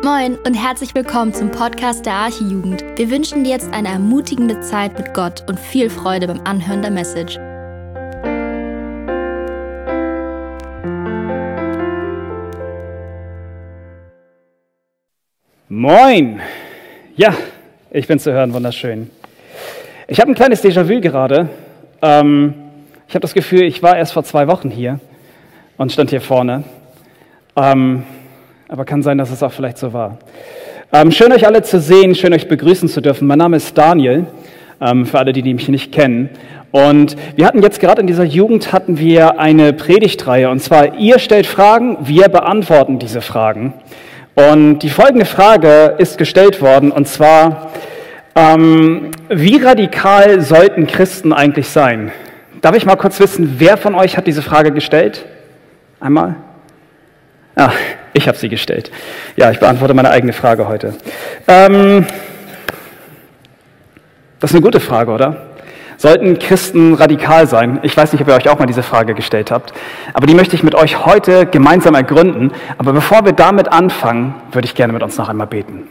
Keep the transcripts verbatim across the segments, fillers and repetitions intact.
Moin und herzlich willkommen zum Podcast der Archijugend. Wir wünschen dir jetzt eine ermutigende Zeit mit Gott und viel Freude beim Anhören der Message. Moin! Ja, ich bin zu hören, wunderschön. Ich habe ein kleines Déjà-vu gerade. Ähm, ich habe das Gefühl, ich war erst vor zwei Wochen hier und stand hier vorne. Ähm, aber kann sein, dass es auch vielleicht so war. Ähm, schön, euch alle zu sehen, schön, euch begrüßen zu dürfen. Mein Name ist Daniel, ähm, für alle, die, die mich nicht kennen. Und wir hatten jetzt gerade in dieser Jugend hatten wir eine Predigtreihe. Und zwar, ihr stellt Fragen, wir beantworten diese Fragen. Und die folgende Frage ist gestellt worden, und zwar, ähm, wie radikal sollten Christen eigentlich sein? Darf ich mal kurz wissen, wer von euch hat diese Frage gestellt? Einmal? Ah, ich habe sie gestellt. Ja, ich beantworte meine eigene Frage heute. Ähm, das ist eine gute Frage, oder? Sollten Christen radikal sein? Ich weiß nicht, ob ihr euch auch mal diese Frage gestellt habt, aber die möchte ich mit euch heute gemeinsam ergründen. Aber bevor wir damit anfangen, würde ich gerne mit uns noch einmal beten.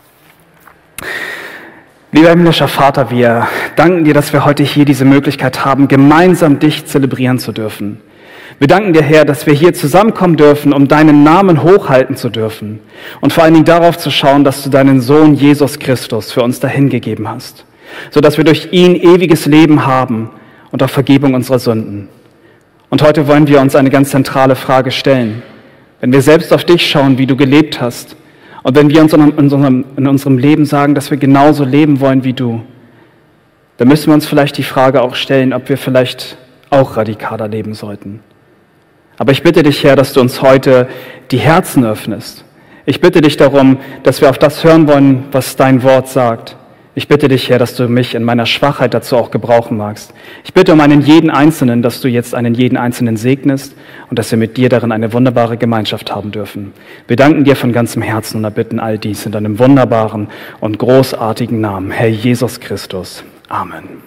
Lieber himmlischer Vater, wir danken dir, dass wir heute hier diese Möglichkeit haben, gemeinsam dich zelebrieren zu dürfen. Wir danken dir, Herr, dass wir hier zusammenkommen dürfen, um deinen Namen hochhalten zu dürfen und vor allen Dingen darauf zu schauen, dass du deinen Sohn Jesus Christus für uns dahingegeben hast, sodass wir durch ihn ewiges Leben haben und auch Vergebung unserer Sünden. Und heute wollen wir uns eine ganz zentrale Frage stellen. Wenn wir selbst auf dich schauen, wie du gelebt hast, und wenn wir uns in unserem, in unserem Leben sagen, dass wir genauso leben wollen wie du, dann müssen wir uns vielleicht die Frage auch stellen, ob wir vielleicht auch radikaler leben sollten. Aber ich bitte dich, Herr, dass du uns heute die Herzen öffnest. Ich bitte dich darum, dass wir auf das hören wollen, was dein Wort sagt. Ich bitte dich, Herr, dass du mich in meiner Schwachheit dazu auch gebrauchen magst. Ich bitte um einen jeden Einzelnen, dass du jetzt einen jeden Einzelnen segnest und dass wir mit dir darin eine wunderbare Gemeinschaft haben dürfen. Wir danken dir von ganzem Herzen und erbitten all dies in deinem wunderbaren und großartigen Namen, Herr Jesus Christus. Amen.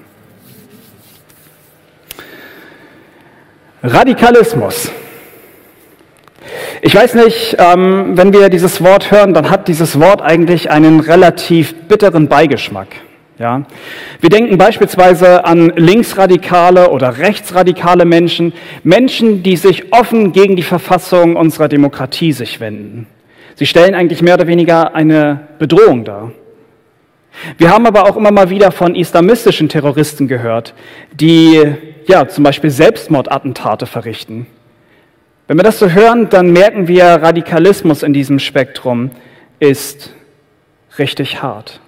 Radikalismus. Ich weiß nicht, ähm, wenn wir dieses Wort hören, dann hat dieses Wort eigentlich einen relativ bitteren Beigeschmack. Ja? Wir denken beispielsweise an linksradikale oder rechtsradikale Menschen, Menschen, die sich offen gegen die Verfassung unserer Demokratie sich wenden. Sie stellen eigentlich mehr oder weniger eine Bedrohung dar. Wir haben aber auch immer mal wieder von islamistischen Terroristen gehört, die ja zum Beispiel Selbstmordattentate verrichten. Wenn wir das so hören, dann merken wir, Radikalismus in diesem Spektrum ist richtig hart.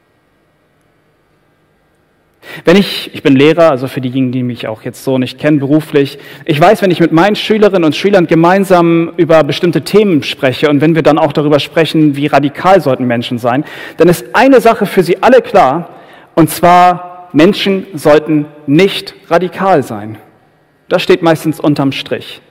Wenn ich, ich bin Lehrer, also für diejenigen, die mich auch jetzt so nicht kennen beruflich, ich weiß, wenn ich mit meinen Schülerinnen und Schülern gemeinsam über bestimmte Themen spreche und wenn wir dann auch darüber sprechen, wie radikal sollten Menschen sein, dann ist eine Sache für sie alle klar, und zwar, Menschen sollten nicht radikal sein. Das steht meistens unterm Strich.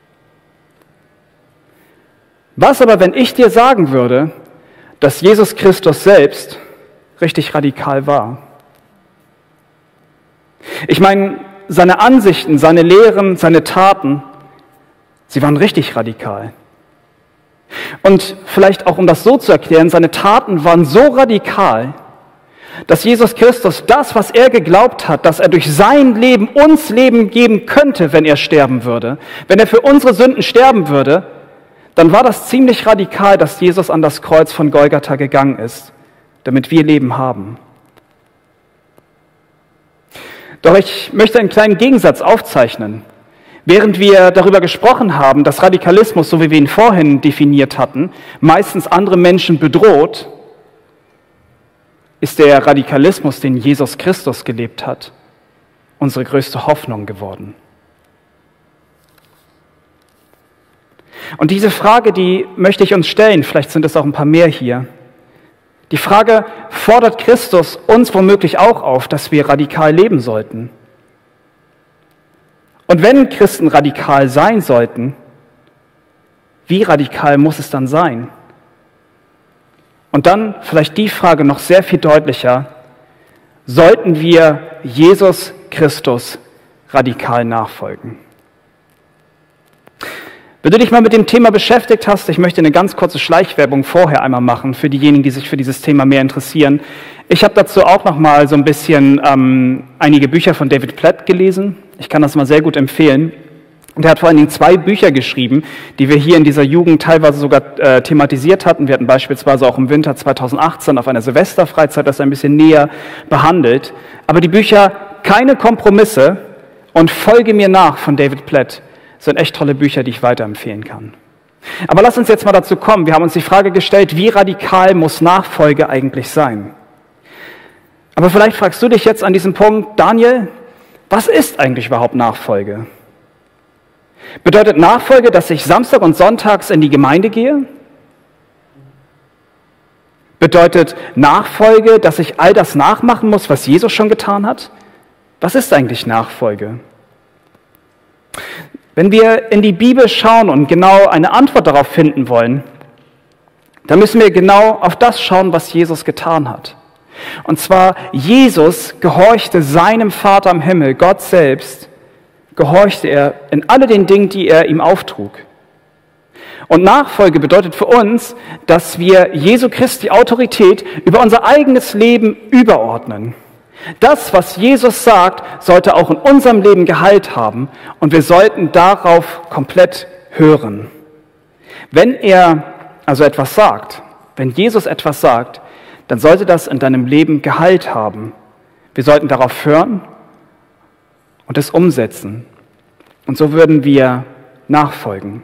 Was aber, wenn ich dir sagen würde, dass Jesus Christus selbst richtig radikal war? Ich meine, seine Ansichten, seine Lehren, seine Taten, sie waren richtig radikal. Und vielleicht auch, um das so zu erklären, seine Taten waren so radikal, dass Jesus Christus das, was er geglaubt hat, dass er durch sein Leben uns Leben geben könnte, wenn er sterben würde, wenn er für unsere Sünden sterben würde, dann war das ziemlich radikal, dass Jesus an das Kreuz von Golgatha gegangen ist, damit wir Leben haben. Doch ich möchte einen kleinen Gegensatz aufzeichnen. Während wir darüber gesprochen haben, dass Radikalismus, so wie wir ihn vorhin definiert hatten, meistens andere Menschen bedroht, ist der Radikalismus, den Jesus Christus gelebt hat, unsere größte Hoffnung geworden. Und diese Frage, die möchte ich uns stellen, vielleicht sind es auch ein paar mehr hier. Die Frage, fordert Christus uns womöglich auch auf, dass wir radikal leben sollten? Und wenn Christen radikal sein sollten, wie radikal muss es dann sein? Und dann vielleicht die Frage noch sehr viel deutlicher, sollten wir Jesus Christus radikal nachfolgen? Wenn du dich mal mit dem Thema beschäftigt hast, ich möchte eine ganz kurze Schleichwerbung vorher einmal machen für diejenigen, die sich für dieses Thema mehr interessieren. Ich habe dazu auch noch mal so ein bisschen ähm, einige Bücher von David Platt gelesen. Ich kann das mal sehr gut empfehlen. Und er hat vor allen Dingen zwei Bücher geschrieben, die wir hier in dieser Jugend teilweise sogar äh, thematisiert hatten. Wir hatten beispielsweise auch im Winter zweitausendachtzehn auf einer Silvesterfreizeit das ein bisschen näher behandelt. Aber die Bücher Keine Kompromisse und Folge mir nach von David Platt sind echt tolle Bücher, die ich weiterempfehlen kann. Aber lass uns jetzt mal dazu kommen. Wir haben uns die Frage gestellt, wie radikal muss Nachfolge eigentlich sein? Aber vielleicht fragst du dich jetzt an diesem Punkt, Daniel, was ist eigentlich überhaupt Nachfolge? Bedeutet Nachfolge, dass ich Samstag und Sonntags in die Gemeinde gehe? Bedeutet Nachfolge, dass ich all das nachmachen muss, was Jesus schon getan hat? Was ist eigentlich Nachfolge? Wenn wir in die Bibel schauen und genau eine Antwort darauf finden wollen, dann müssen wir genau auf das schauen, was Jesus getan hat. Und zwar, Jesus gehorchte seinem Vater im Himmel, Gott selbst, gehorchte er in all den Dingen, die er ihm auftrug. Und Nachfolge bedeutet für uns, dass wir Jesu Christi Autorität über unser eigenes Leben überordnen. Das, was Jesus sagt, sollte auch in unserem Leben Gehalt haben und wir sollten darauf komplett hören. Wenn er also etwas sagt, wenn Jesus etwas sagt, dann sollte das in deinem Leben Gehalt haben. Wir sollten darauf hören und es umsetzen. Und so würden wir nachfolgen.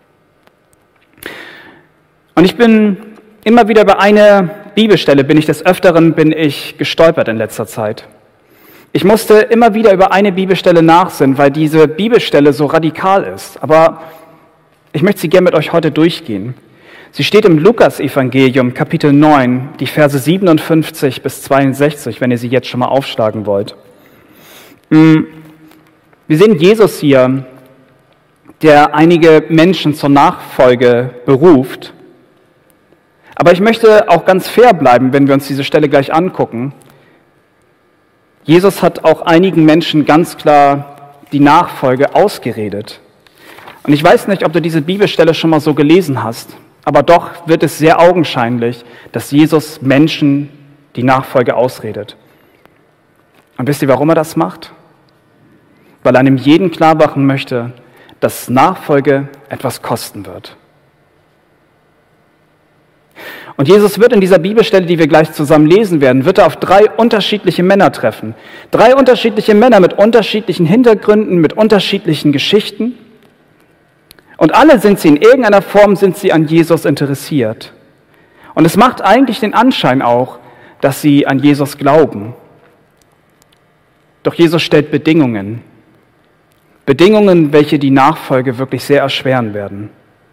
Und ich bin immer wieder bei einer Bibelstelle, bin ich des Öfteren, bin ich gestolpert in letzter Zeit. Ich musste immer wieder über eine Bibelstelle nachsinnen, weil diese Bibelstelle so radikal ist. Aber ich möchte sie gerne mit euch heute durchgehen. Sie steht im Lukas-Evangelium, Kapitel neun, die Verse siebenundfünfzig bis zweiundsechzig, wenn ihr sie jetzt schon mal aufschlagen wollt. Wir sehen Jesus hier, der einige Menschen zur Nachfolge beruft. Aber ich möchte auch ganz fair bleiben, wenn wir uns diese Stelle gleich angucken. Jesus hat auch einigen Menschen ganz klar die Nachfolge ausgeredet. Und ich weiß nicht, ob du diese Bibelstelle schon mal so gelesen hast, aber doch wird es sehr augenscheinlich, dass Jesus Menschen die Nachfolge ausredet. Und wisst ihr, warum er das macht? Weil er einem jeden klar machen möchte, dass Nachfolge etwas kosten wird. Und Jesus wird in dieser Bibelstelle, die wir gleich zusammen lesen werden, wird er auf drei unterschiedliche Männer treffen. Drei unterschiedliche Männer mit unterschiedlichen Hintergründen, mit unterschiedlichen Geschichten. Und alle sind sie, in irgendeiner Form sind sie an Jesus interessiert. Und es macht eigentlich den Anschein auch, dass sie an Jesus glauben. Doch Jesus stellt Bedingungen. Bedingungen, welche die Nachfolge wirklich sehr erschweren werden.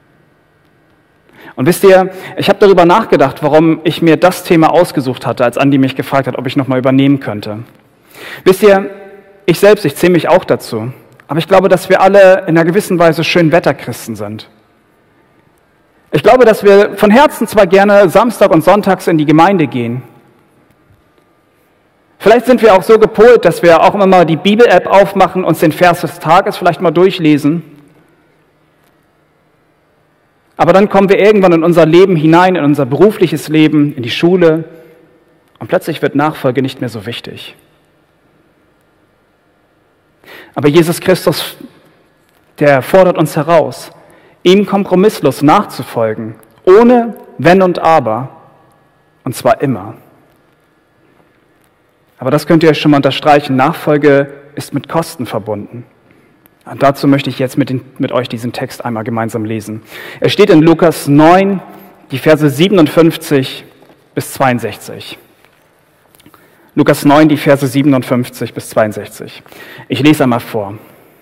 Und wisst ihr, ich habe darüber nachgedacht, warum ich mir das Thema ausgesucht hatte, als Andi mich gefragt hat, ob ich nochmal übernehmen könnte. Wisst ihr, ich selbst, ich zähle mich auch dazu, aber ich glaube, dass wir alle in einer gewissen Weise Schönwetterchristen sind. Ich glaube, dass wir von Herzen zwar gerne Samstag und Sonntags in die Gemeinde gehen. Vielleicht sind wir auch so gepolt, dass wir auch immer mal die Bibel-App aufmachen, uns den Vers des Tages vielleicht mal durchlesen. Aber dann kommen wir irgendwann in unser Leben hinein, in unser berufliches Leben, in die Schule und plötzlich wird Nachfolge nicht mehr so wichtig. Aber Jesus Christus, der fordert uns heraus, ihm kompromisslos nachzufolgen, ohne Wenn und Aber, und zwar immer. Aber das könnt ihr euch schon mal unterstreichen, Nachfolge ist mit Kosten verbunden. Und dazu möchte ich jetzt mit, den, mit euch diesen Text einmal gemeinsam lesen. Er steht in Lukas neun, die Verse siebenundfünfzig bis zweiundsechzig. Lukas neun, die Verse siebenundfünfzig bis zweiundsechzig. Ich lese einmal vor.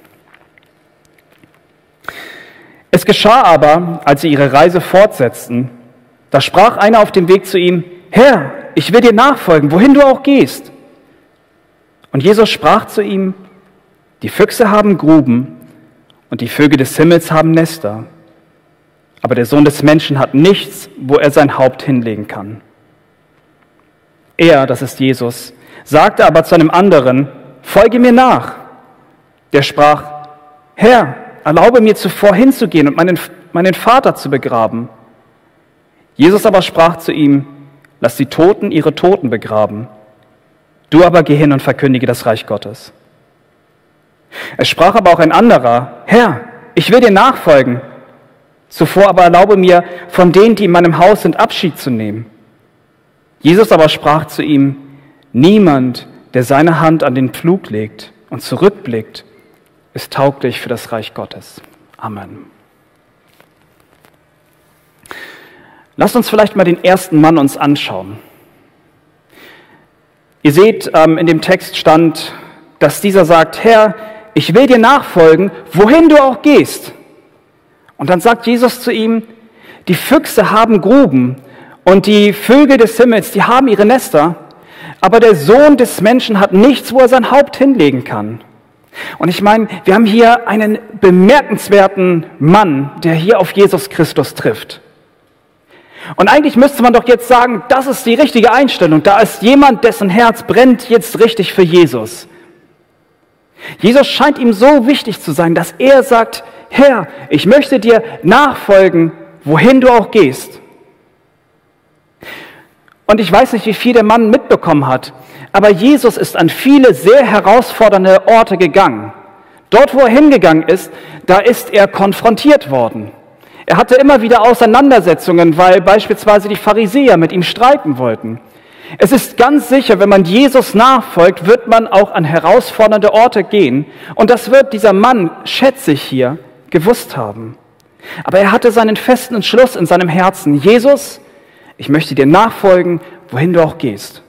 Es geschah aber, als sie ihre Reise fortsetzten, da sprach einer auf dem Weg zu ihm, Herr, ich will dir nachfolgen, wohin du auch gehst. Und Jesus sprach zu ihm, die Füchse haben Gruben und die Vögel des Himmels haben Nester, aber der Sohn des Menschen hat nichts, wo er sein Haupt hinlegen kann. Er, das ist Jesus, sagte aber zu einem anderen, folge mir nach. Der sprach, Herr, erlaube mir zuvor hinzugehen und meinen, meinen Vater zu begraben. Jesus aber sprach zu ihm, lass die Toten ihre Toten begraben. Du aber geh hin und verkündige das Reich Gottes. Es sprach aber auch ein anderer, Herr, ich will dir nachfolgen. Zuvor aber erlaube mir, von denen, die in meinem Haus sind, Abschied zu nehmen. Jesus aber sprach zu ihm, niemand, der seine Hand an den Pflug legt und zurückblickt, ist tauglich für das Reich Gottes. Amen. Lasst uns vielleicht mal den ersten Mann uns anschauen. Ihr seht, ähm, in dem Text stand, dass dieser sagt, Herr, ich will dir nachfolgen, wohin du auch gehst. Und dann sagt Jesus zu ihm, die Füchse haben Gruben und die Vögel des Himmels, die haben ihre Nester, aber der Sohn des Menschen hat nichts, wo er sein Haupt hinlegen kann. Und ich meine, wir haben hier einen bemerkenswerten Mann, der hier auf Jesus Christus trifft. Und eigentlich müsste man doch jetzt sagen, das ist die richtige Einstellung. Da ist jemand, dessen Herz brennt jetzt richtig für Jesus. Jesus scheint ihm so wichtig zu sein, dass er sagt, Herr, ich möchte dir nachfolgen, wohin du auch gehst. Und ich weiß nicht, wie viel der Mann mitbekommen hat, aber Jesus ist an viele sehr herausfordernde Orte gegangen. Dort, wo er hingegangen ist, da ist er konfrontiert worden. Er hatte immer wieder Auseinandersetzungen, weil beispielsweise die Pharisäer mit ihm streiten wollten. Es ist ganz sicher, wenn man Jesus nachfolgt, wird man auch an herausfordernde Orte gehen. Und das wird dieser Mann, schätze ich hier, gewusst haben. Aber er hatte seinen festen Entschluss in seinem Herzen. Jesus, ich möchte dir nachfolgen, wohin du auch gehst.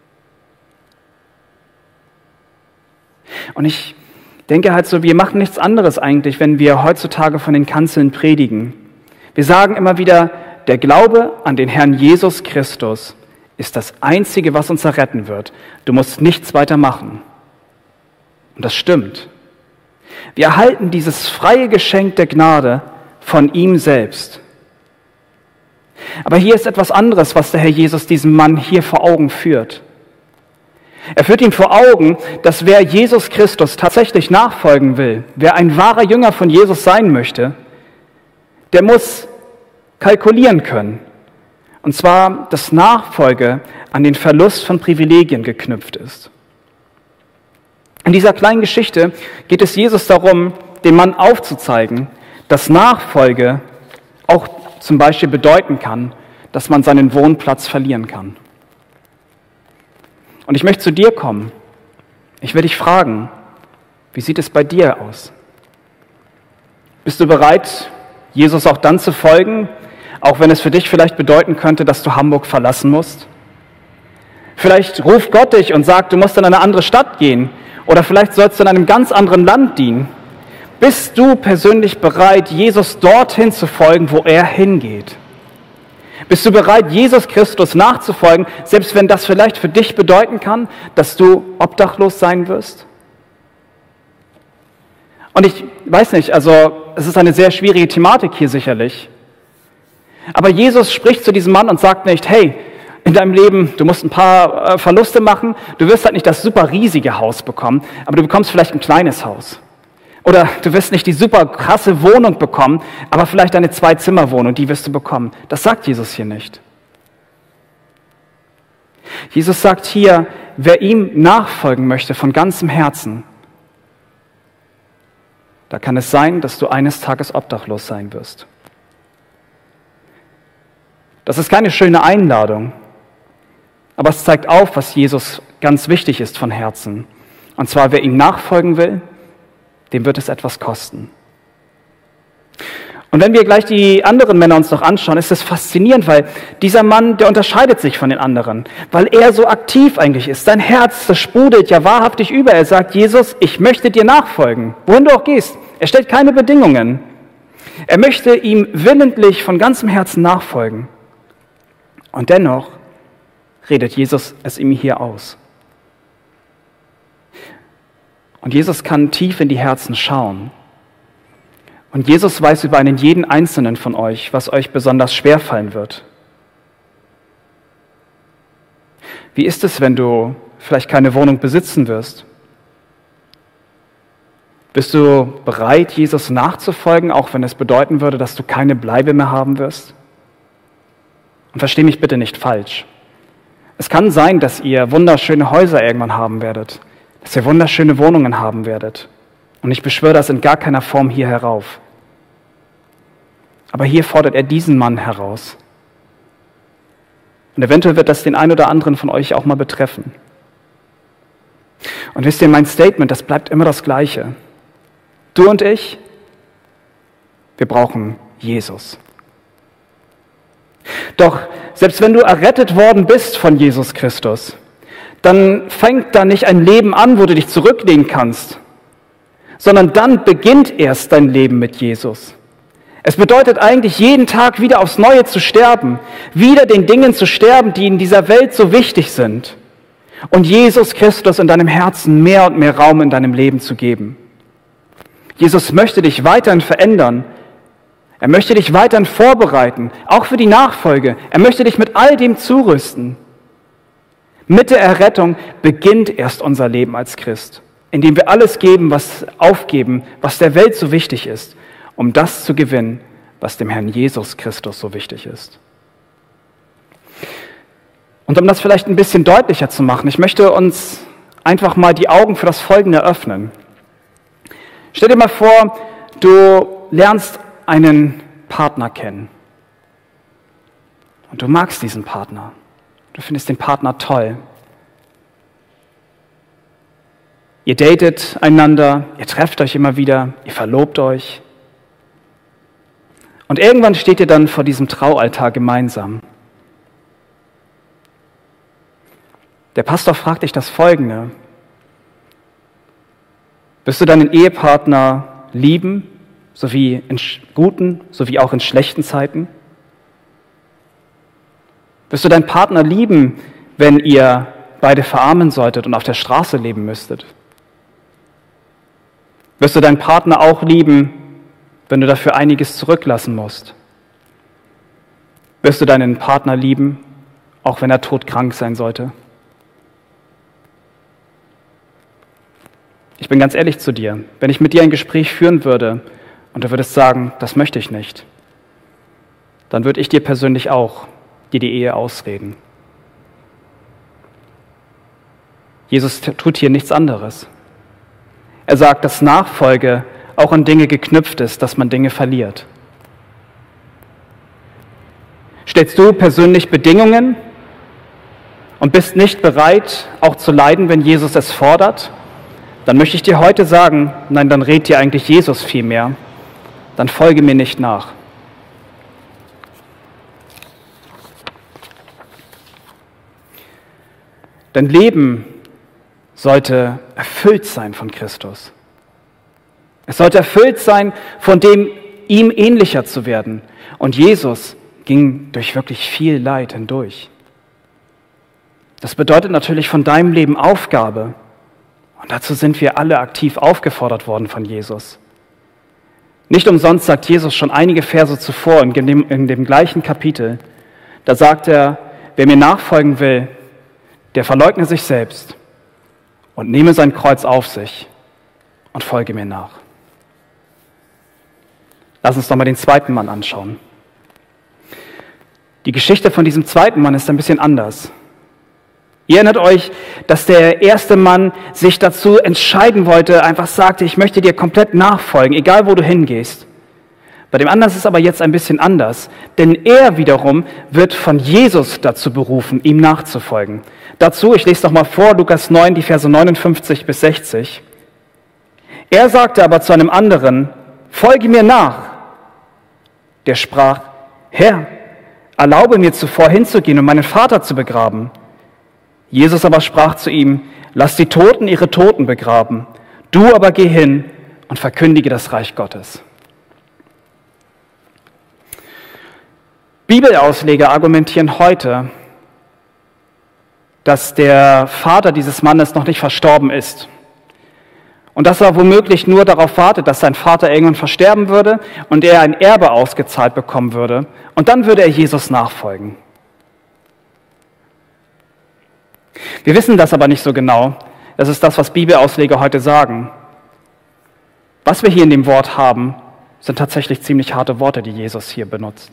Und ich denke halt so, wir machen nichts anderes eigentlich, wenn wir heutzutage von den Kanzeln predigen. Wir sagen immer wieder, der Glaube an den Herrn Jesus Christus ist das Einzige, was uns erretten wird. Du musst nichts weiter machen. Und das stimmt. Wir erhalten dieses freie Geschenk der Gnade von ihm selbst. Aber hier ist etwas anderes, was der Herr Jesus diesem Mann hier vor Augen führt. Er führt ihm vor Augen, dass wer Jesus Christus tatsächlich nachfolgen will, wer ein wahrer Jünger von Jesus sein möchte, der muss kalkulieren können. Und zwar, dass Nachfolge an den Verlust von Privilegien geknüpft ist. In dieser kleinen Geschichte geht es Jesus darum, dem Mann aufzuzeigen, dass Nachfolge auch zum Beispiel bedeuten kann, dass man seinen Wohnplatz verlieren kann. Und ich möchte zu dir kommen. Ich will dich fragen, wie sieht es bei dir aus? Bist du bereit, Jesus auch dann zu folgen, auch wenn es für dich vielleicht bedeuten könnte, dass du Hamburg verlassen musst? Vielleicht ruft Gott dich und sagt, du musst in eine andere Stadt gehen oder vielleicht sollst du in einem ganz anderen Land dienen. Bist du persönlich bereit, Jesus dorthin zu folgen, wo er hingeht? Bist du bereit, Jesus Christus nachzufolgen, selbst wenn das vielleicht für dich bedeuten kann, dass du obdachlos sein wirst? Und ich weiß nicht, also es ist eine sehr schwierige Thematik hier sicherlich. Aber Jesus spricht zu diesem Mann und sagt nicht, hey, in deinem Leben, du musst ein paar äh, Verluste machen, du wirst halt nicht das super riesige Haus bekommen, aber du bekommst vielleicht ein kleines Haus. Oder du wirst nicht die super krasse Wohnung bekommen, aber vielleicht eine Zwei-Zimmer-Wohnung, die wirst du bekommen. Das sagt Jesus hier nicht. Jesus sagt hier, wer ihm nachfolgen möchte von ganzem Herzen, da kann es sein, dass du eines Tages obdachlos sein wirst. Das ist keine schöne Einladung, aber es zeigt auf, was Jesus ganz wichtig ist von Herzen. Und zwar, wer ihm nachfolgen will, dem wird es etwas kosten. Und wenn wir gleich die anderen Männer uns noch anschauen, ist es faszinierend, weil dieser Mann, der unterscheidet sich von den anderen, weil er so aktiv eigentlich ist. Sein Herz, das sprudelt ja wahrhaftig über. Er sagt, Jesus, ich möchte dir nachfolgen, wohin du auch gehst. Er stellt keine Bedingungen. Er möchte ihm willentlich von ganzem Herzen nachfolgen. Und dennoch redet Jesus es ihm hier aus. Und Jesus kann tief in die Herzen schauen. Und Jesus weiß über einen jeden Einzelnen von euch, was euch besonders schwer fallen wird. Wie ist es, wenn du vielleicht keine Wohnung besitzen wirst? Bist du bereit, Jesus nachzufolgen, auch wenn es bedeuten würde, dass du keine Bleibe mehr haben wirst? Und versteh mich bitte nicht falsch. Es kann sein, dass ihr wunderschöne Häuser irgendwann haben werdet, dass ihr wunderschöne Wohnungen haben werdet. Und ich beschwöre das in gar keiner Form hier herauf. Aber hier fordert er diesen Mann heraus. Und eventuell wird das den einen oder anderen von euch auch mal betreffen. Und wisst ihr, mein Statement, das bleibt immer das Gleiche. Du und ich, wir brauchen Jesus. Doch selbst wenn du errettet worden bist von Jesus Christus, dann fängt da nicht ein Leben an, wo du dich zurücklehnen kannst, sondern dann beginnt erst dein Leben mit Jesus. Es bedeutet eigentlich, jeden Tag wieder aufs Neue zu sterben, wieder den Dingen zu sterben, die in dieser Welt so wichtig sind, und Jesus Christus in deinem Herzen mehr und mehr Raum in deinem Leben zu geben. Jesus möchte dich weiterhin verändern. Er möchte dich weiterhin vorbereiten, auch für die Nachfolge. Er möchte dich mit all dem zurüsten. Mit der Errettung beginnt erst unser Leben als Christ, indem wir alles geben, was aufgeben, was der Welt so wichtig ist, um das zu gewinnen, was dem Herrn Jesus Christus so wichtig ist. Und um das vielleicht ein bisschen deutlicher zu machen, ich möchte uns einfach mal die Augen für das Folgende öffnen. Stell dir mal vor, du lernst einen Partner kennen. Und du magst diesen Partner. Du findest den Partner toll. Ihr datet einander, ihr trefft euch immer wieder, ihr verlobt euch. Und irgendwann steht ihr dann vor diesem Traualtar gemeinsam. Der Pastor fragt dich das Folgende: Wirst du deinen Ehepartner lieben, sowie in guten, sowie auch in schlechten Zeiten? Wirst du deinen Partner lieben, wenn ihr beide verarmen solltet und auf der Straße leben müsstet? Wirst du deinen Partner auch lieben, wenn du dafür einiges zurücklassen musst? Wirst du deinen Partner lieben, auch wenn er todkrank sein sollte? Ich bin ganz ehrlich zu dir, wenn ich mit dir ein Gespräch führen würde und du würdest sagen, das möchte ich nicht, dann würde ich dir persönlich auch dir die Ehe ausreden. Jesus tut hier nichts anderes. Er sagt, dass Nachfolge auch an Dinge geknüpft ist, dass man Dinge verliert. Stellst du persönlich Bedingungen und bist nicht bereit, auch zu leiden, wenn Jesus es fordert, dann möchte ich dir heute sagen, nein, dann redet dir eigentlich Jesus viel mehr. Dann folge mir nicht nach. Dein Leben sollte erfüllt sein von Christus. Es sollte erfüllt sein, von dem ihm ähnlicher zu werden. Und Jesus ging durch wirklich viel Leid hindurch. Das bedeutet natürlich von deinem Leben Aufgabe. Und dazu sind wir alle aktiv aufgefordert worden von Jesus. Nicht umsonst sagt Jesus schon einige Verse zuvor in dem, in dem gleichen Kapitel, da sagt er, wer mir nachfolgen will, der verleugne sich selbst und nehme sein Kreuz auf sich und folge mir nach. Lass uns doch mal den zweiten Mann anschauen. Die Geschichte von diesem zweiten Mann ist ein bisschen anders. Ihr erinnert euch, dass der erste Mann sich dazu entscheiden wollte, einfach sagte, ich möchte dir komplett nachfolgen, egal wo du hingehst. Bei dem anderen ist es aber jetzt ein bisschen anders, denn er wiederum wird von Jesus dazu berufen, ihm nachzufolgen. Dazu, ich lese doch mal vor, Lukas neun, die Verse neunundfünfzig bis sechzig. Er sagte aber zu einem anderen, folge mir nach. Der sprach, Herr, erlaube mir zuvor hinzugehen und meinen Vater zu begraben. Jesus aber sprach zu ihm, lass die Toten ihre Toten begraben, du aber geh hin und verkündige das Reich Gottes. Bibelausleger argumentieren heute, dass der Vater dieses Mannes noch nicht verstorben ist und dass er womöglich nur darauf wartet, dass sein Vater irgendwann versterben würde und er ein Erbe ausgezahlt bekommen würde und dann würde er Jesus nachfolgen. Wir wissen das aber nicht so genau. Das ist das, was Bibelausleger heute sagen. Was wir hier in dem Wort haben, sind tatsächlich ziemlich harte Worte, die Jesus hier benutzt.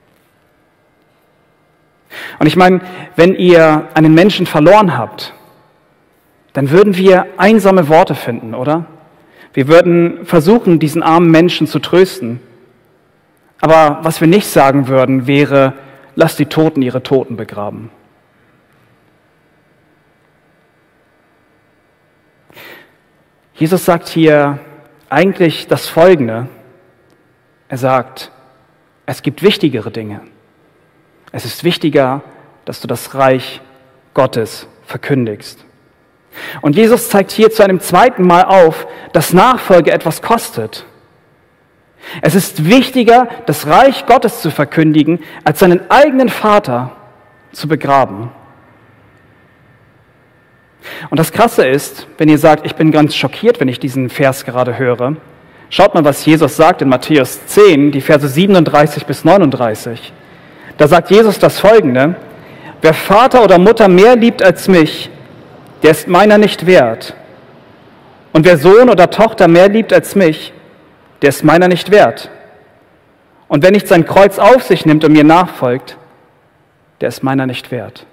Und ich meine, wenn ihr einen Menschen verloren habt, dann würden wir einsame Worte finden, oder? Wir würden versuchen, diesen armen Menschen zu trösten. Aber was wir nicht sagen würden, wäre, lasst die Toten ihre Toten begraben. Jesus sagt hier eigentlich das Folgende. Er sagt, es gibt wichtigere Dinge. Es ist wichtiger, dass du das Reich Gottes verkündigst. Und Jesus zeigt hier zu einem zweiten Mal auf, dass Nachfolge etwas kostet. Es ist wichtiger, das Reich Gottes zu verkündigen, als seinen eigenen Vater zu begraben. Und das Krasse ist, wenn ihr sagt, ich bin ganz schockiert, wenn ich diesen Vers gerade höre, schaut mal, was Jesus sagt in Matthäus zehn, die Verse siebenunddreißig bis neununddreißig. Da sagt Jesus das Folgende: Wer Vater oder Mutter mehr liebt als mich, der ist meiner nicht wert. Und wer Sohn oder Tochter mehr liebt als mich, der ist meiner nicht wert. Und wer nicht sein Kreuz auf sich nimmt und mir nachfolgt, der ist meiner nicht wert.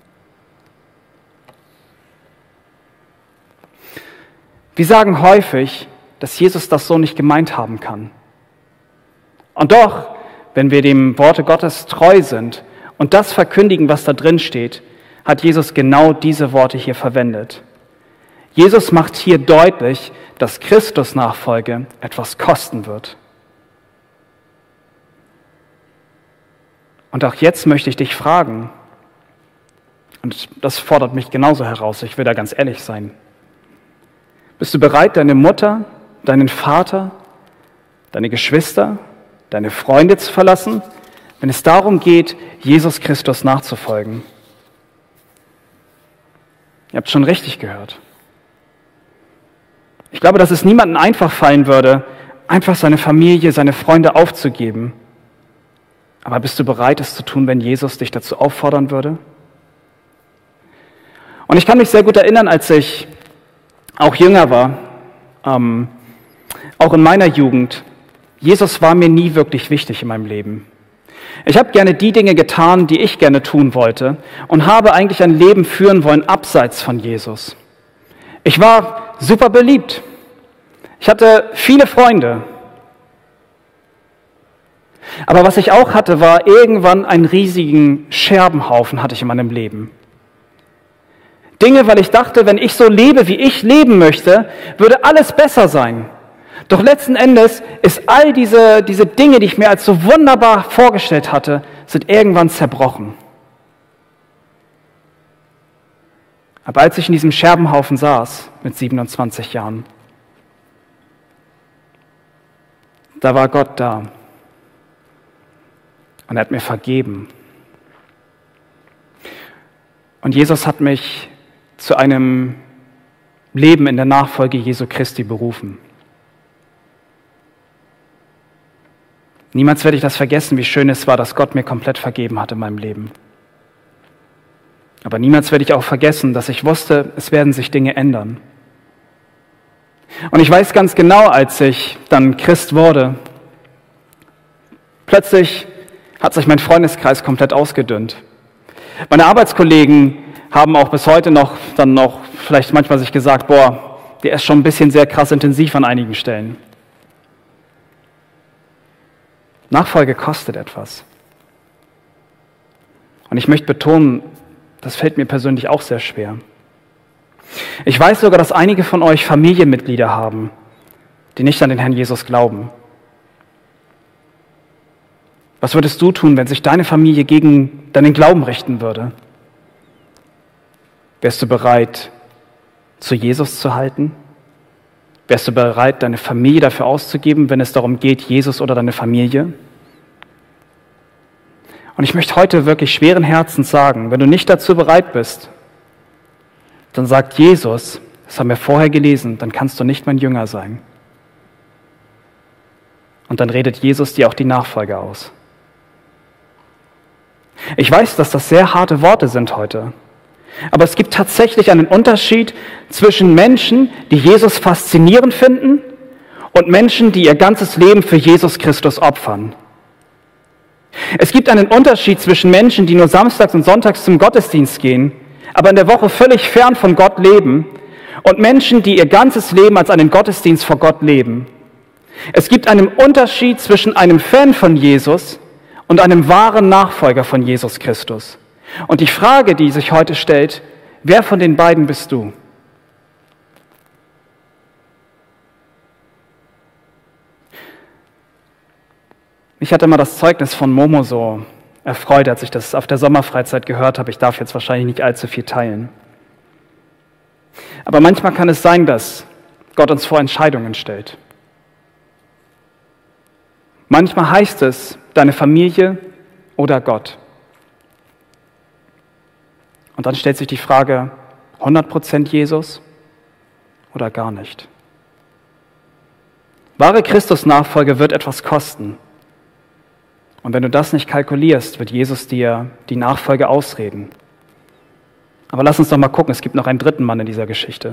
Wir sagen häufig, dass Jesus das so nicht gemeint haben kann. Und doch, wenn wir dem Worte Gottes treu sind und das verkündigen, was da drin steht, hat Jesus genau diese Worte hier verwendet. Jesus macht hier deutlich, dass Christus-Nachfolge etwas kosten wird. Und auch jetzt möchte ich dich fragen, und das fordert mich genauso heraus, ich will da ganz ehrlich sein. Bist du bereit, deine Mutter, deinen Vater, deine Geschwister, deine Freunde zu verlassen, wenn es darum geht, Jesus Christus nachzufolgen? Ihr habt schon richtig gehört. Ich glaube, dass es niemandem einfach fallen würde, einfach seine Familie, seine Freunde aufzugeben. Aber bist du bereit, es zu tun, wenn Jesus dich dazu auffordern würde? Und ich kann mich sehr gut erinnern, als ich auch jünger war, ähm, auch in meiner Jugend, Jesus war mir nie wirklich wichtig in meinem Leben. Ich habe gerne die Dinge getan, die ich gerne tun wollte und habe eigentlich ein Leben führen wollen abseits von Jesus. Ich war super beliebt. Ich hatte viele Freunde. Aber was ich auch hatte, war irgendwann einen riesigen Scherbenhaufen hatte ich in meinem Leben. Dinge, weil ich dachte, wenn ich so lebe, wie ich leben möchte, würde alles besser sein. Doch letzten Endes ist all diese, diese Dinge, die ich mir als so wunderbar vorgestellt hatte, sind irgendwann zerbrochen. Aber als ich in diesem Scherbenhaufen saß, mit siebenundzwanzig Jahren, da war Gott da. Und er hat mir vergeben. Und Jesus hat mich zu einem Leben in der Nachfolge Jesu Christi berufen. Niemals werde ich das vergessen, wie schön es war, dass Gott mir komplett vergeben hat in meinem Leben. Aber niemals werde ich auch vergessen, dass ich wusste, es werden sich Dinge ändern. Und ich weiß ganz genau, als ich dann Christ wurde, plötzlich hat sich mein Freundeskreis komplett ausgedünnt. Meine Arbeitskollegen haben auch bis heute noch dann noch vielleicht manchmal sich gesagt, boah, der ist schon ein bisschen sehr krass intensiv an einigen Stellen. Nachfolge kostet etwas. Und ich möchte betonen, das fällt mir persönlich auch sehr schwer. Ich weiß sogar, dass einige von euch Familienmitglieder haben, die nicht an den Herrn Jesus glauben. Was würdest du tun, wenn sich deine Familie gegen deinen Glauben richten würde? Wärst du bereit, zu Jesus zu halten? Wärst du bereit, deine Familie dafür auszugeben, wenn es darum geht, Jesus oder deine Familie? Und ich möchte heute wirklich schweren Herzens sagen, wenn du nicht dazu bereit bist, dann sagt Jesus, das haben wir vorher gelesen, dann kannst du nicht mein Jünger sein. Und dann redet Jesus dir auch die Nachfolge aus. Ich weiß, dass das sehr harte Worte sind heute. Aber es gibt tatsächlich einen Unterschied zwischen Menschen, die Jesus faszinierend finden, und Menschen, die ihr ganzes Leben für Jesus Christus opfern. Es gibt einen Unterschied zwischen Menschen, die nur samstags und sonntags zum Gottesdienst gehen, aber in der Woche völlig fern von Gott leben, und Menschen, die ihr ganzes Leben als einen Gottesdienst vor Gott leben. Es gibt einen Unterschied zwischen einem Fan von Jesus und einem wahren Nachfolger von Jesus Christus. Und die Frage, die sich heute stellt, wer von den beiden bist du? Mich hat immer das Zeugnis von Momo so erfreut, als ich das auf der Sommerfreizeit gehört habe. Ich darf jetzt wahrscheinlich nicht allzu viel teilen. Aber manchmal kann es sein, dass Gott uns vor Entscheidungen stellt. Manchmal heißt es, deine Familie oder Gott. Und dann stellt sich die Frage, hundert Prozent Jesus oder gar nicht? Wahre Christusnachfolge wird etwas kosten. Und wenn du das nicht kalkulierst, wird Jesus dir die Nachfolge ausreden. Aber lass uns doch mal gucken, es gibt noch einen dritten Mann in dieser Geschichte.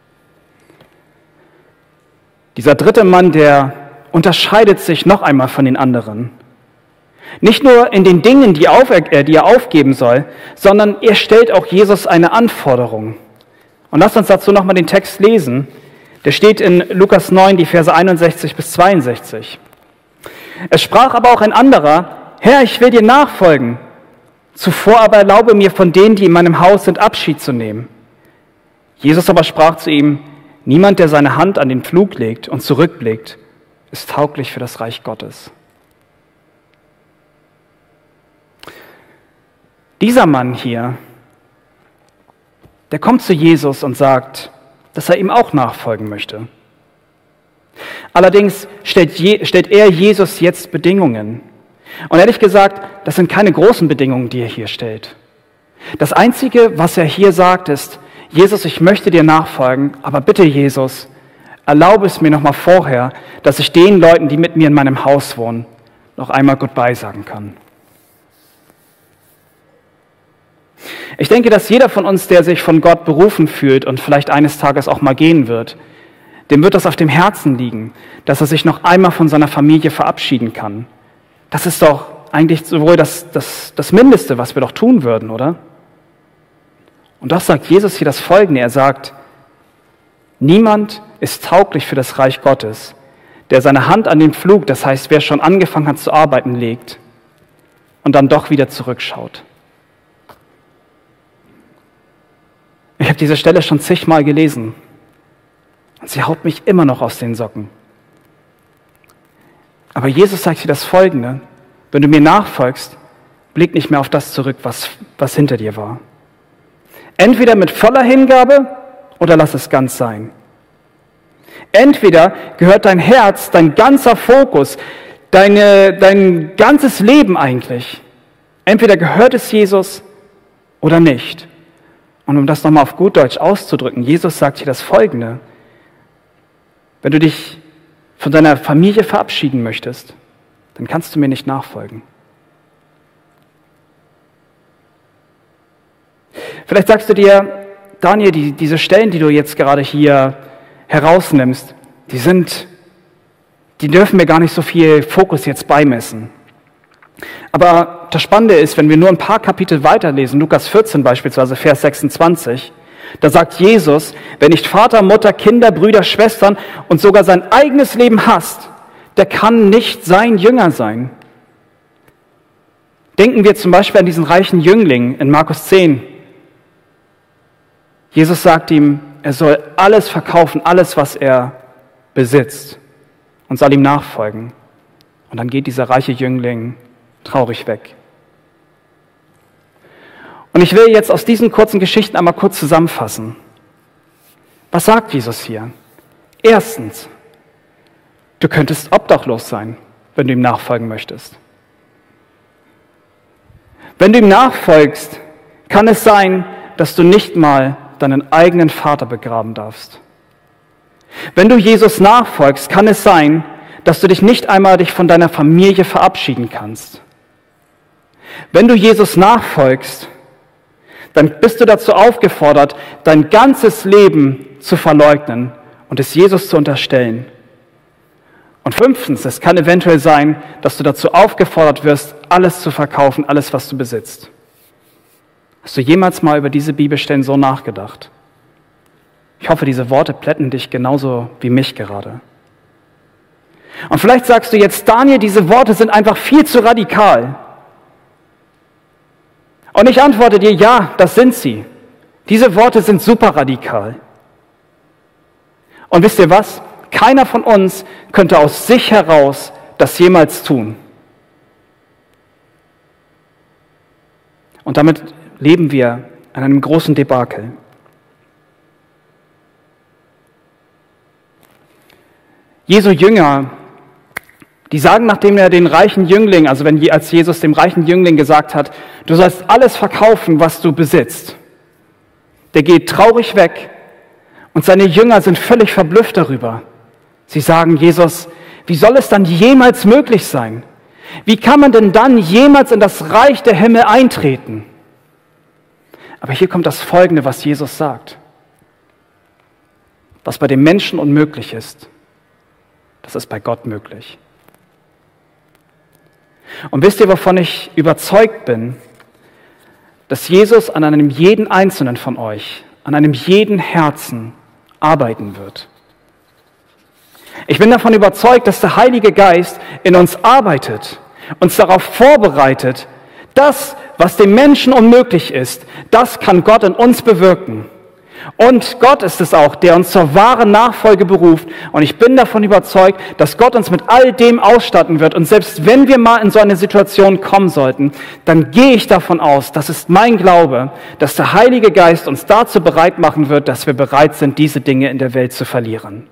Dieser dritte Mann, der unterscheidet sich noch einmal von den anderen. Nicht nur in den Dingen, die, auf, äh, die er aufgeben soll, sondern er stellt auch Jesus eine Anforderung. Und lasst uns dazu nochmal den Text lesen. Der steht in Lukas neun, die Verse einundsechzig bis zweiundsechzig. Es sprach aber auch ein anderer, Herr, ich will dir nachfolgen. Zuvor aber erlaube mir von denen, die in meinem Haus sind, Abschied zu nehmen. Jesus aber sprach zu ihm, niemand, der seine Hand an den Pflug legt und zurückblickt, ist tauglich für das Reich Gottes. Dieser Mann hier, der kommt zu Jesus und sagt, dass er ihm auch nachfolgen möchte. Allerdings stellt, je, stellt er Jesus jetzt Bedingungen. Und ehrlich gesagt, das sind keine großen Bedingungen, die er hier stellt. Das Einzige, was er hier sagt, ist, Jesus, ich möchte dir nachfolgen, aber bitte, Jesus, erlaube es mir noch mal vorher, dass ich den Leuten, die mit mir in meinem Haus wohnen, noch einmal Goodbye sagen kann. Ich denke, dass jeder von uns, der sich von Gott berufen fühlt und vielleicht eines Tages auch mal gehen wird, dem wird das auf dem Herzen liegen, dass er sich noch einmal von seiner Familie verabschieden kann. Das ist doch eigentlich sowohl das, das, das Mindeste, was wir doch tun würden, oder? Und doch sagt Jesus hier das Folgende. Er sagt, niemand ist tauglich für das Reich Gottes, der seine Hand an den Pflug, das heißt, wer schon angefangen hat zu arbeiten, legt und dann doch wieder zurückschaut. Ich habe diese Stelle schon zigmal gelesen und sie haut mich immer noch aus den Socken. Aber Jesus sagt hier das Folgende, wenn du mir nachfolgst, blick nicht mehr auf das zurück, was, was hinter dir war. Entweder mit voller Hingabe oder lass es ganz sein. Entweder gehört dein Herz, dein ganzer Fokus, deine, dein ganzes Leben eigentlich, entweder gehört es Jesus oder nicht. Und um das nochmal auf gut Deutsch auszudrücken, Jesus sagt hier das Folgende, wenn du dich von deiner Familie verabschieden möchtest, dann kannst du mir nicht nachfolgen. Vielleicht sagst du dir, Daniel, die, diese Stellen, die du jetzt gerade hier herausnimmst, die sind, die dürfen mir gar nicht so viel Fokus jetzt beimessen. Aber das Spannende ist, wenn wir nur ein paar Kapitel weiterlesen, Lukas vierzehn beispielsweise, Vers sechsundzwanzig, da sagt Jesus, wer nicht Vater, Mutter, Kinder, Brüder, Schwestern und sogar sein eigenes Leben hasst, der kann nicht sein Jünger sein. Denken wir zum Beispiel an diesen reichen Jüngling in Markus zehn. Jesus sagt ihm, er soll alles verkaufen, alles, was er besitzt und soll ihm nachfolgen. Und dann geht dieser reiche Jüngling traurig weg. Und ich will jetzt aus diesen kurzen Geschichten einmal kurz zusammenfassen. Was sagt Jesus hier? Erstens, du könntest obdachlos sein, wenn du ihm nachfolgen möchtest. Wenn du ihm nachfolgst, kann es sein, dass du nicht mal deinen eigenen Vater begraben darfst. Wenn du Jesus nachfolgst, kann es sein, dass du dich nicht einmal dich von deiner Familie verabschieden kannst. Wenn du Jesus nachfolgst, dann bist du dazu aufgefordert, dein ganzes Leben zu verleugnen und es Jesus zu unterstellen. Und fünftens, es kann eventuell sein, dass du dazu aufgefordert wirst, alles zu verkaufen, alles, was du besitzt. Hast du jemals mal über diese Bibelstellen so nachgedacht? Ich hoffe, diese Worte plätten dich genauso wie mich gerade. Und vielleicht sagst du jetzt, Daniel, diese Worte sind einfach viel zu radikal. Und ich antworte dir, ja, das sind sie. Diese Worte sind super radikal. Und wisst ihr was? Keiner von uns könnte aus sich heraus das jemals tun. Und damit leben wir an einem großen Debakel. Jesu Jünger, die sagen, nachdem er den reichen Jüngling, also wenn als Jesus dem reichen Jüngling gesagt hat, du sollst alles verkaufen, was du besitzt, der geht traurig weg und seine Jünger sind völlig verblüfft darüber. Sie sagen, Jesus, wie soll es dann jemals möglich sein? Wie kann man denn dann jemals in das Reich der Himmel eintreten? Aber hier kommt das Folgende, was Jesus sagt. Was bei den Menschen unmöglich ist, das ist bei Gott möglich. Und wisst ihr, wovon ich überzeugt bin? Dass Jesus an einem jeden Einzelnen von euch, an einem jeden Herzen arbeiten wird. Ich bin davon überzeugt, dass der Heilige Geist in uns arbeitet, uns darauf vorbereitet, das, was dem Menschen unmöglich ist, das kann Gott in uns bewirken. Und Gott ist es auch, der uns zur wahren Nachfolge beruft. Und ich bin davon überzeugt, dass Gott uns mit all dem ausstatten wird. Und selbst wenn wir mal in so eine Situation kommen sollten, dann gehe ich davon aus, das ist mein Glaube, dass der Heilige Geist uns dazu bereit machen wird, dass wir bereit sind, diese Dinge in der Welt zu verlieren.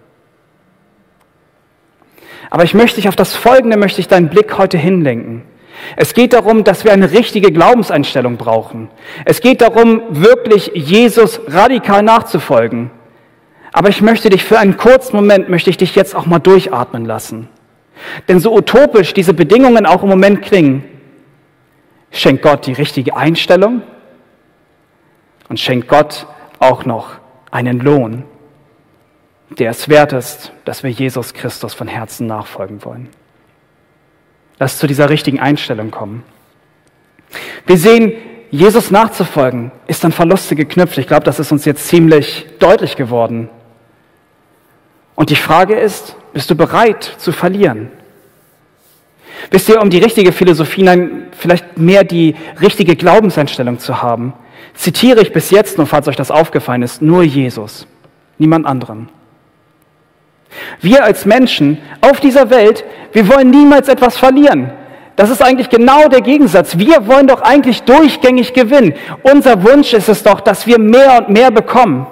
Aber ich möchte dich auf das Folgende, möchte ich deinen Blick heute hinlenken. Es geht darum, dass wir eine richtige Glaubenseinstellung brauchen. Es geht darum, wirklich Jesus radikal nachzufolgen. Aber ich möchte dich für einen kurzen Moment, möchte ich dich jetzt auch mal durchatmen lassen. Denn so utopisch diese Bedingungen auch im Moment klingen, schenkt Gott die richtige Einstellung und schenkt Gott auch noch einen Lohn, der es wert ist, dass wir Jesus Christus von Herzen nachfolgen wollen. Lass zu dieser richtigen Einstellung kommen. Wir sehen, Jesus nachzufolgen ist an Verluste geknüpft. Ich glaube, das ist uns jetzt ziemlich deutlich geworden. Und die Frage ist, bist du bereit zu verlieren? Wisst ihr, um die richtige Philosophie, nein, vielleicht mehr die richtige Glaubenseinstellung zu haben, zitiere ich bis jetzt, nur falls euch das aufgefallen ist, nur Jesus, niemand anderen. Wir als Menschen auf dieser Welt, wir wollen niemals etwas verlieren. Das ist eigentlich genau der Gegensatz. Wir wollen doch eigentlich durchgängig gewinnen. Unser Wunsch ist es doch, dass wir mehr und mehr bekommen.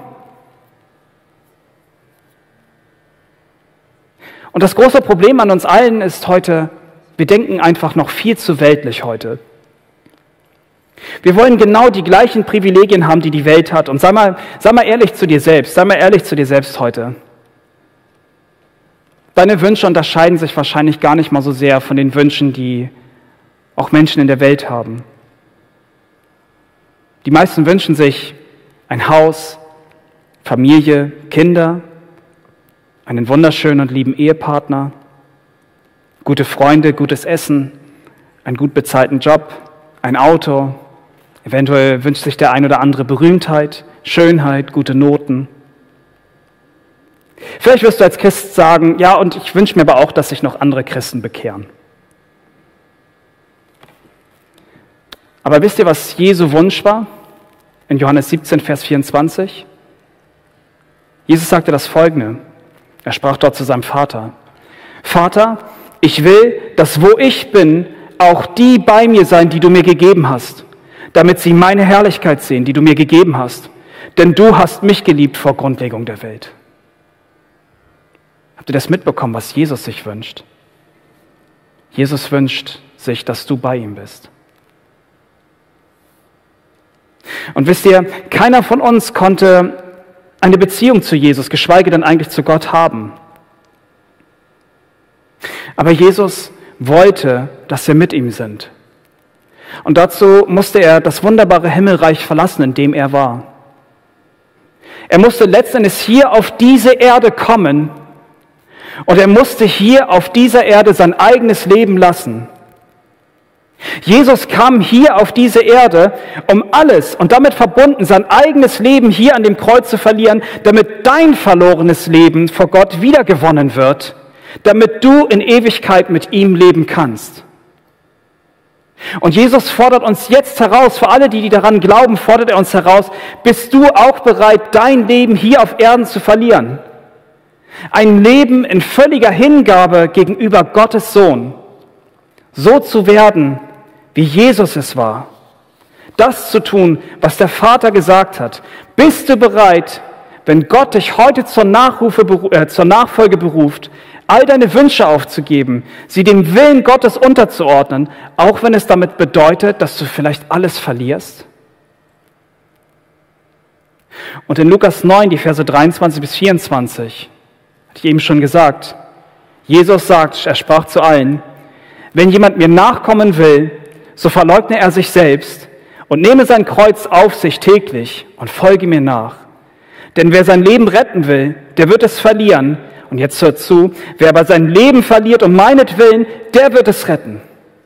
Und das große Problem an uns allen ist heute, wir denken einfach noch viel zu weltlich heute. Wir wollen genau die gleichen Privilegien haben, die die Welt hat. Und sei mal, sei mal ehrlich zu dir selbst, sei mal ehrlich zu dir selbst heute. Deine Wünsche unterscheiden sich wahrscheinlich gar nicht mal so sehr von den Wünschen, die auch Menschen in der Welt haben. Die meisten wünschen sich ein Haus, Familie, Kinder, einen wunderschönen und lieben Ehepartner, gute Freunde, gutes Essen, einen gut bezahlten Job, ein Auto. Eventuell wünscht sich der ein oder andere Berühmtheit, Schönheit, gute Noten. Vielleicht wirst du als Christ sagen, ja, und ich wünsche mir aber auch, dass sich noch andere Christen bekehren. Aber wisst ihr, was Jesu Wunsch war? In Johannes siebzehn, Vers vierundzwanzig. Jesus sagte das Folgende. Er sprach dort zu seinem Vater. Vater, ich will, dass wo ich bin, auch die bei mir sein, die du mir gegeben hast, damit sie meine Herrlichkeit sehen, die du mir gegeben hast. Denn du hast mich geliebt vor Grundlegung der Welt. Habt ihr das mitbekommen, was Jesus sich wünscht? Jesus wünscht sich, dass du bei ihm bist. Und wisst ihr, keiner von uns konnte eine Beziehung zu Jesus, geschweige denn eigentlich zu Gott haben. Aber Jesus wollte, dass wir mit ihm sind. Und dazu musste er das wunderbare Himmelreich verlassen, in dem er war. Er musste letztendlich hier auf diese Erde kommen, Und er musste hier auf dieser Erde sein eigenes Leben lassen. Jesus kam hier auf diese Erde, um alles und damit verbunden sein eigenes Leben hier an dem Kreuz zu verlieren, damit dein verlorenes Leben vor Gott wiedergewonnen wird, damit du in Ewigkeit mit ihm leben kannst. Und Jesus fordert uns jetzt heraus, für alle, die, die daran glauben, fordert er uns heraus, bist du auch bereit, dein Leben hier auf Erden zu verlieren? Ein Leben in völliger Hingabe gegenüber Gottes Sohn. So zu werden, wie Jesus es war. Das zu tun, was der Vater gesagt hat. Bist du bereit, wenn Gott dich heute zur, Nachrufe, äh, zur Nachfolge beruft, all deine Wünsche aufzugeben, sie dem Willen Gottes unterzuordnen, auch wenn es damit bedeutet, dass du vielleicht alles verlierst? Und in Lukas neun, die Verse dreiundzwanzig bis vierundzwanzig, hatte ich eben schon gesagt, Jesus sagt, er sprach zu allen, wenn jemand mir nachkommen will, so verleugne er sich selbst und nehme sein Kreuz auf sich täglich und folge mir nach. Denn wer sein Leben retten will, der wird es verlieren. Und jetzt hört zu, wer aber sein Leben verliert um meinetwillen, der wird es retten.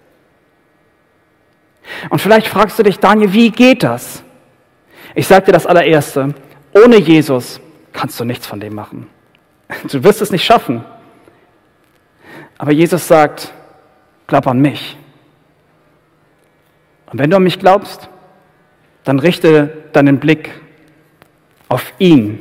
Und vielleicht fragst du dich, Daniel, wie geht das? Ich sage dir das allererste, ohne Jesus kannst du nichts von dem machen. Du wirst es nicht schaffen. Aber Jesus sagt, glaub an mich. Und wenn du an mich glaubst, dann richte deinen Blick auf ihn.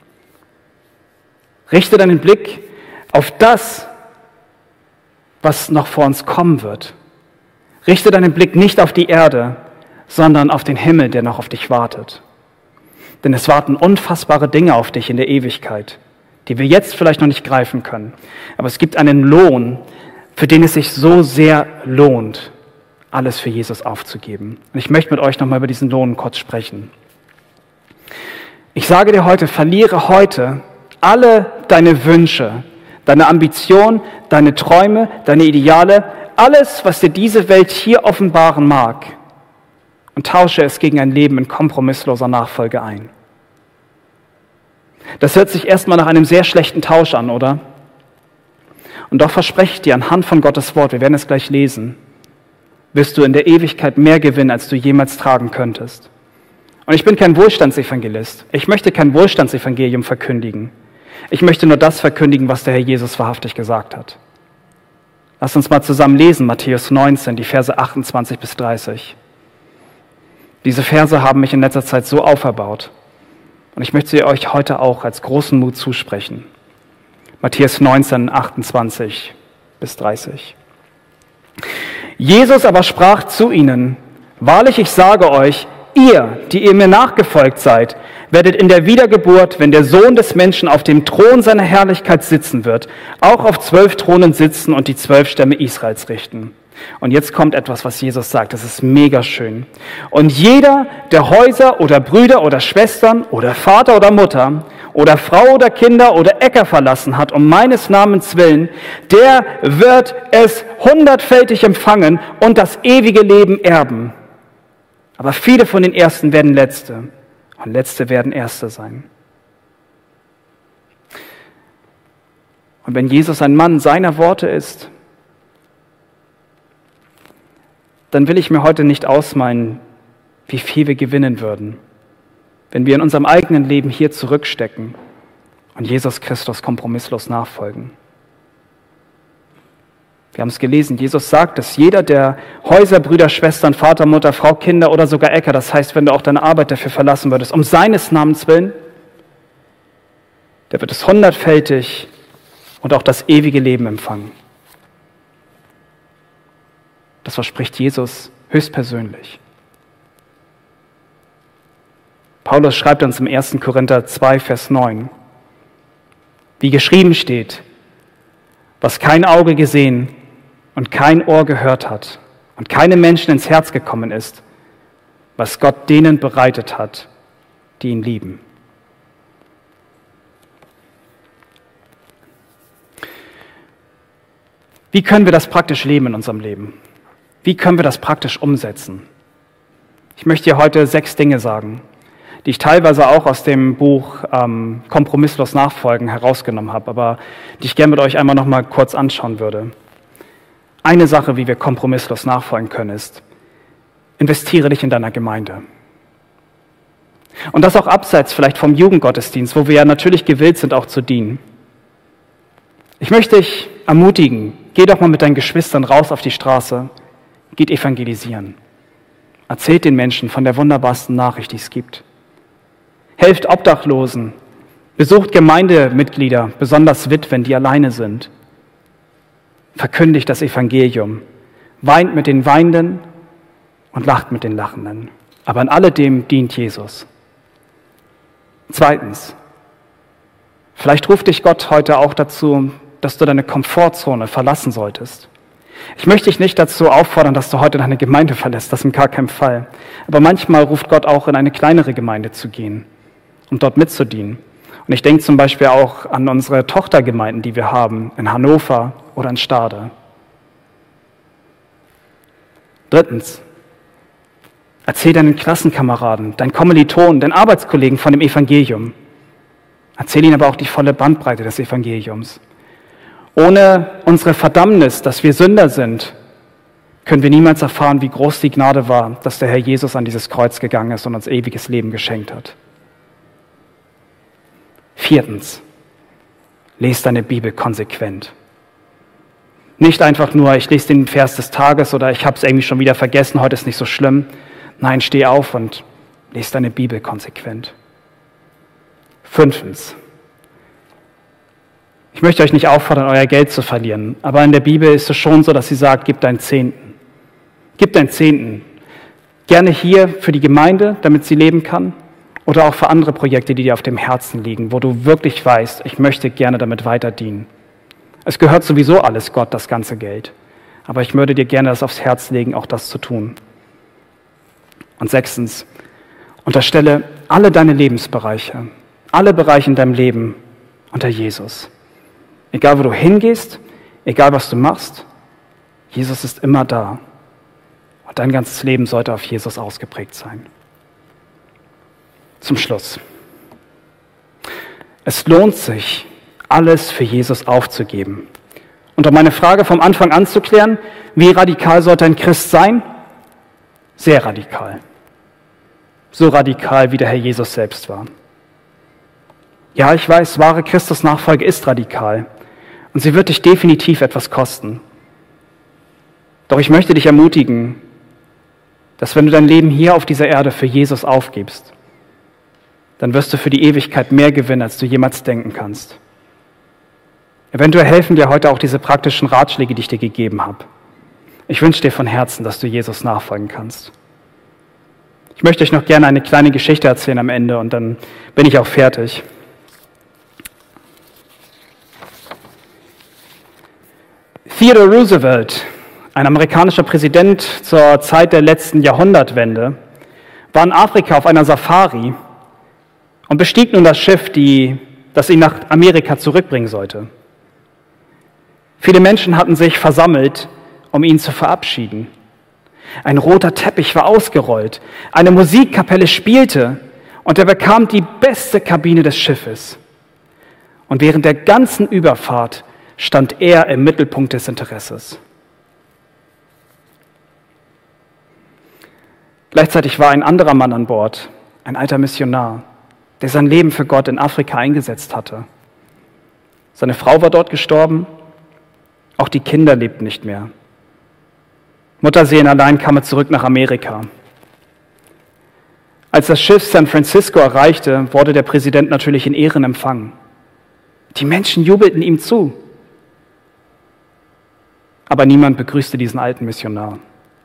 Richte deinen Blick auf das, was noch vor uns kommen wird. Richte deinen Blick nicht auf die Erde, sondern auf den Himmel, der noch auf dich wartet. Denn es warten unfassbare Dinge auf dich in der Ewigkeit, die wir jetzt vielleicht noch nicht greifen können. Aber es gibt einen Lohn, für den es sich so sehr lohnt, alles für Jesus aufzugeben. Und ich möchte mit euch nochmal über diesen Lohn kurz sprechen. Ich sage dir heute, verliere heute alle deine Wünsche, deine Ambitionen, deine Träume, deine Ideale, alles, was dir diese Welt hier offenbaren mag, und tausche es gegen ein Leben in kompromissloser Nachfolge ein. Das hört sich erstmal nach einem sehr schlechten Tausch an, oder? Und doch verspreche ich dir anhand von Gottes Wort, wir werden es gleich lesen, wirst du in der Ewigkeit mehr gewinnen, als du jemals tragen könntest. Und ich bin kein Wohlstandsevangelist. Ich möchte kein Wohlstandsevangelium verkündigen. Ich möchte nur das verkündigen, was der Herr Jesus wahrhaftig gesagt hat. Lasst uns mal zusammen lesen, Matthäus neunzehn, die Verse achtundzwanzig bis dreißig. Diese Verse haben mich in letzter Zeit so auferbaut. Und ich möchte sie euch heute auch als großen Mut zusprechen. Matthäus neunzehn, achtundzwanzig bis dreißig. Jesus aber sprach zu ihnen, wahrlich, ich sage euch, ihr, die ihr mir nachgefolgt seid, werdet in der Wiedergeburt, wenn der Sohn des Menschen auf dem Thron seiner Herrlichkeit sitzen wird, auch auf zwölf Thronen sitzen und die zwölf Stämme Israels richten. Und jetzt kommt etwas, was Jesus sagt, das ist mega schön. Und jeder, der Häuser oder Brüder oder Schwestern oder Vater oder Mutter oder Frau oder Kinder oder Äcker verlassen hat, um meines Namens willen, der wird es hundertfältig empfangen und das ewige Leben erben. Aber viele von den Ersten werden Letzte und Letzte werden Erste sein. Und wenn Jesus ein Mann seiner Worte ist, dann will ich mir heute nicht ausmalen, wie viel wir gewinnen würden, wenn wir in unserem eigenen Leben hier zurückstecken und Jesus Christus kompromisslos nachfolgen. Wir haben es gelesen, Jesus sagt, dass jeder, der Häuser, Brüder, Schwestern, Vater, Mutter, Frau, Kinder oder sogar Äcker, das heißt, wenn du auch deine Arbeit dafür verlassen würdest, um seines Namens willen, der wird es hundertfältig und auch das ewige Leben empfangen. Das verspricht Jesus höchstpersönlich. Paulus schreibt uns im ersten Korinther zwei, Vers neun, wie geschrieben steht, was kein Auge gesehen und kein Ohr gehört hat und keinem Menschen ins Herz gekommen ist, was Gott denen bereitet hat, die ihn lieben. Wie können wir das praktisch leben in unserem Leben? Wie können wir das praktisch umsetzen? Ich möchte dir heute sechs Dinge sagen. die ich teilweise auch aus dem Buch ähm, Kompromisslos nachfolgen herausgenommen habe, aber die ich gerne mit euch einmal noch mal kurz anschauen würde. Eine Sache, wie wir kompromisslos nachfolgen können, ist: Investiere dich in deiner Gemeinde. Und das auch abseits vielleicht vom Jugendgottesdienst, wo wir ja natürlich gewillt sind, auch zu dienen. Ich möchte dich ermutigen, geh doch mal mit deinen Geschwistern raus auf die Straße, geht evangelisieren. Erzählt den Menschen von der wunderbarsten Nachricht, die es gibt. Helft Obdachlosen, besucht Gemeindemitglieder, besonders Witwen, die alleine sind. Verkündigt das Evangelium, weint mit den Weinenden und lacht mit den Lachenden. Aber in alledem dient Jesus. Zweitens, vielleicht ruft dich Gott heute auch dazu, dass du deine Komfortzone verlassen solltest. Ich möchte dich nicht dazu auffordern, dass du heute deine Gemeinde verlässt, das in gar keinem Fall. Aber manchmal ruft Gott auch, in eine kleinere Gemeinde zu gehen, um dort mitzudienen. Und ich denke zum Beispiel auch an unsere Tochtergemeinden, die wir haben, in Hannover oder in Stade. Drittens, erzähl deinen Klassenkameraden, deinen Kommilitonen, deinen Arbeitskollegen von dem Evangelium. Erzähl ihnen aber auch die volle Bandbreite des Evangeliums. Ohne unsere Verdammnis, dass wir Sünder sind, können wir niemals erfahren, wie groß die Gnade war, dass der Herr Jesus an dieses Kreuz gegangen ist und uns ewiges Leben geschenkt hat. Viertens, lese deine Bibel konsequent. Nicht einfach nur, ich lese den Vers des Tages oder ich habe es irgendwie schon wieder vergessen, heute ist nicht so schlimm. Nein, steh auf und lese deine Bibel konsequent. Fünftens, ich möchte euch nicht auffordern, euer Geld zu verlieren, aber in der Bibel ist es schon so, dass sie sagt, gib deinen Zehnten. Gib deinen Zehnten. Gerne hier für die Gemeinde, damit sie leben kann, oder auch für andere Projekte, die dir auf dem Herzen liegen, wo du wirklich weißt, ich möchte gerne damit weiter dienen. Es gehört sowieso alles Gott, das ganze Geld. Aber ich würde dir gerne das aufs Herz legen, auch das zu tun. Und sechstens, unterstelle alle deine Lebensbereiche, alle Bereiche in deinem Leben unter Jesus. Egal, wo du hingehst, egal, was du machst, Jesus ist immer da. Und dein ganzes Leben sollte auf Jesus ausgeprägt sein. Zum Schluss. Es lohnt sich, alles für Jesus aufzugeben. Und um meine Frage vom Anfang an zu klären, wie radikal sollte ein Christ sein? Sehr radikal. So radikal, wie der Herr Jesus selbst war. Ja, ich weiß, wahre Christusnachfolge ist radikal und sie wird dich definitiv etwas kosten. Doch ich möchte dich ermutigen, dass wenn du dein Leben hier auf dieser Erde für Jesus aufgibst, dann wirst du für die Ewigkeit mehr gewinnen, als du jemals denken kannst. Eventuell helfen dir heute auch diese praktischen Ratschläge, die ich dir gegeben habe. Ich wünsche dir von Herzen, dass du Jesus nachfolgen kannst. Ich möchte euch noch gerne eine kleine Geschichte erzählen am Ende und dann bin ich auch fertig. Theodore Roosevelt, ein amerikanischer Präsident zur Zeit der letzten Jahrhundertwende, war in Afrika auf einer Safari und bestieg nun das Schiff, die, das ihn nach Amerika zurückbringen sollte. Viele Menschen hatten sich versammelt, um ihn zu verabschieden. Ein roter Teppich war ausgerollt, eine Musikkapelle spielte und er bekam die beste Kabine des Schiffes. Und während der ganzen Überfahrt stand er im Mittelpunkt des Interesses. Gleichzeitig war ein anderer Mann an Bord, ein alter Missionar, der sein Leben für Gott in Afrika eingesetzt hatte. Seine Frau war dort gestorben, auch die Kinder lebten nicht mehr. Mutterseelenallein kam er zurück nach Amerika. Als das Schiff San Francisco erreichte, wurde der Präsident natürlich in Ehren empfangen. Die Menschen jubelten ihm zu. Aber niemand begrüßte diesen alten Missionar.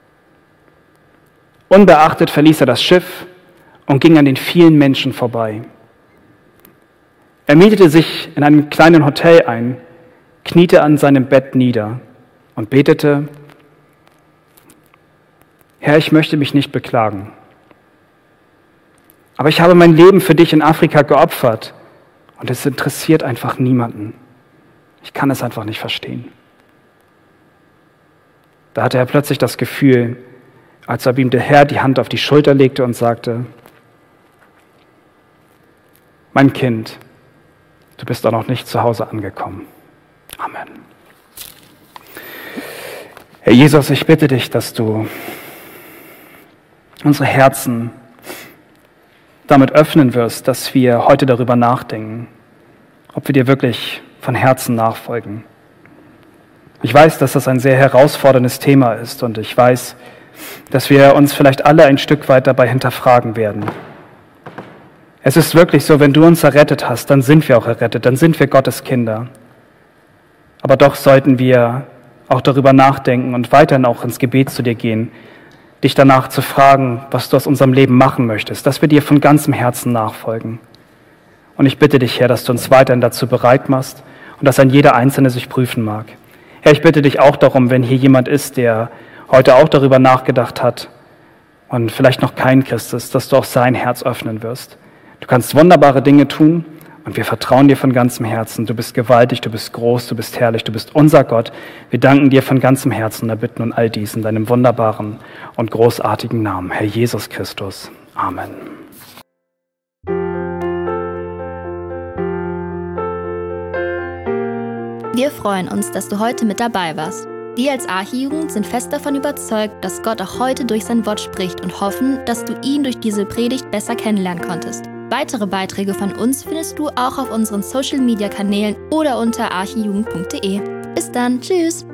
Unbeachtet verließ er das Schiff und ging an den vielen Menschen vorbei. Er mietete sich in einem kleinen Hotel ein, kniete an seinem Bett nieder und betete: Herr, ich möchte mich nicht beklagen, aber ich habe mein Leben für dich in Afrika geopfert und es interessiert einfach niemanden. Ich kann es einfach nicht verstehen. Da hatte er plötzlich das Gefühl, als ob ihm der Herr die Hand auf die Schulter legte und sagte: mein Kind, du bist auch noch nicht zu Hause angekommen. Amen. Herr Jesus, ich bitte dich, dass du unsere Herzen damit öffnen wirst, dass wir heute darüber nachdenken, ob wir dir wirklich von Herzen nachfolgen. Ich weiß, dass das ein sehr herausforderndes Thema ist und ich weiß, dass wir uns vielleicht alle ein Stück weit dabei hinterfragen werden. Es ist wirklich so, wenn du uns errettet hast, dann sind wir auch errettet, dann sind wir Gottes Kinder. Aber doch sollten wir auch darüber nachdenken und weiterhin auch ins Gebet zu dir gehen, dich danach zu fragen, was du aus unserem Leben machen möchtest, dass wir dir von ganzem Herzen nachfolgen. Und ich bitte dich, Herr, dass du uns weiterhin dazu bereit machst und dass ein jeder Einzelne sich prüfen mag. Herr, ich bitte dich auch darum, wenn hier jemand ist, der heute auch darüber nachgedacht hat und vielleicht noch kein Christ ist, dass du auch sein Herz öffnen wirst. Du kannst wunderbare Dinge tun und wir vertrauen dir von ganzem Herzen. Du bist gewaltig, du bist groß, du bist herrlich, du bist unser Gott. Wir danken dir von ganzem Herzen und erbitten nun all dies in deinem wunderbaren und großartigen Namen, Herr Jesus Christus. Amen. Wir freuen uns, dass du heute mit dabei warst. Wir als Archijugend sind fest davon überzeugt, dass Gott auch heute durch sein Wort spricht und hoffen, dass du ihn durch diese Predigt besser kennenlernen konntest. Weitere Beiträge von uns findest du auch auf unseren Social-Media-Kanälen oder unter archijugend punkt de. Bis dann, tschüss!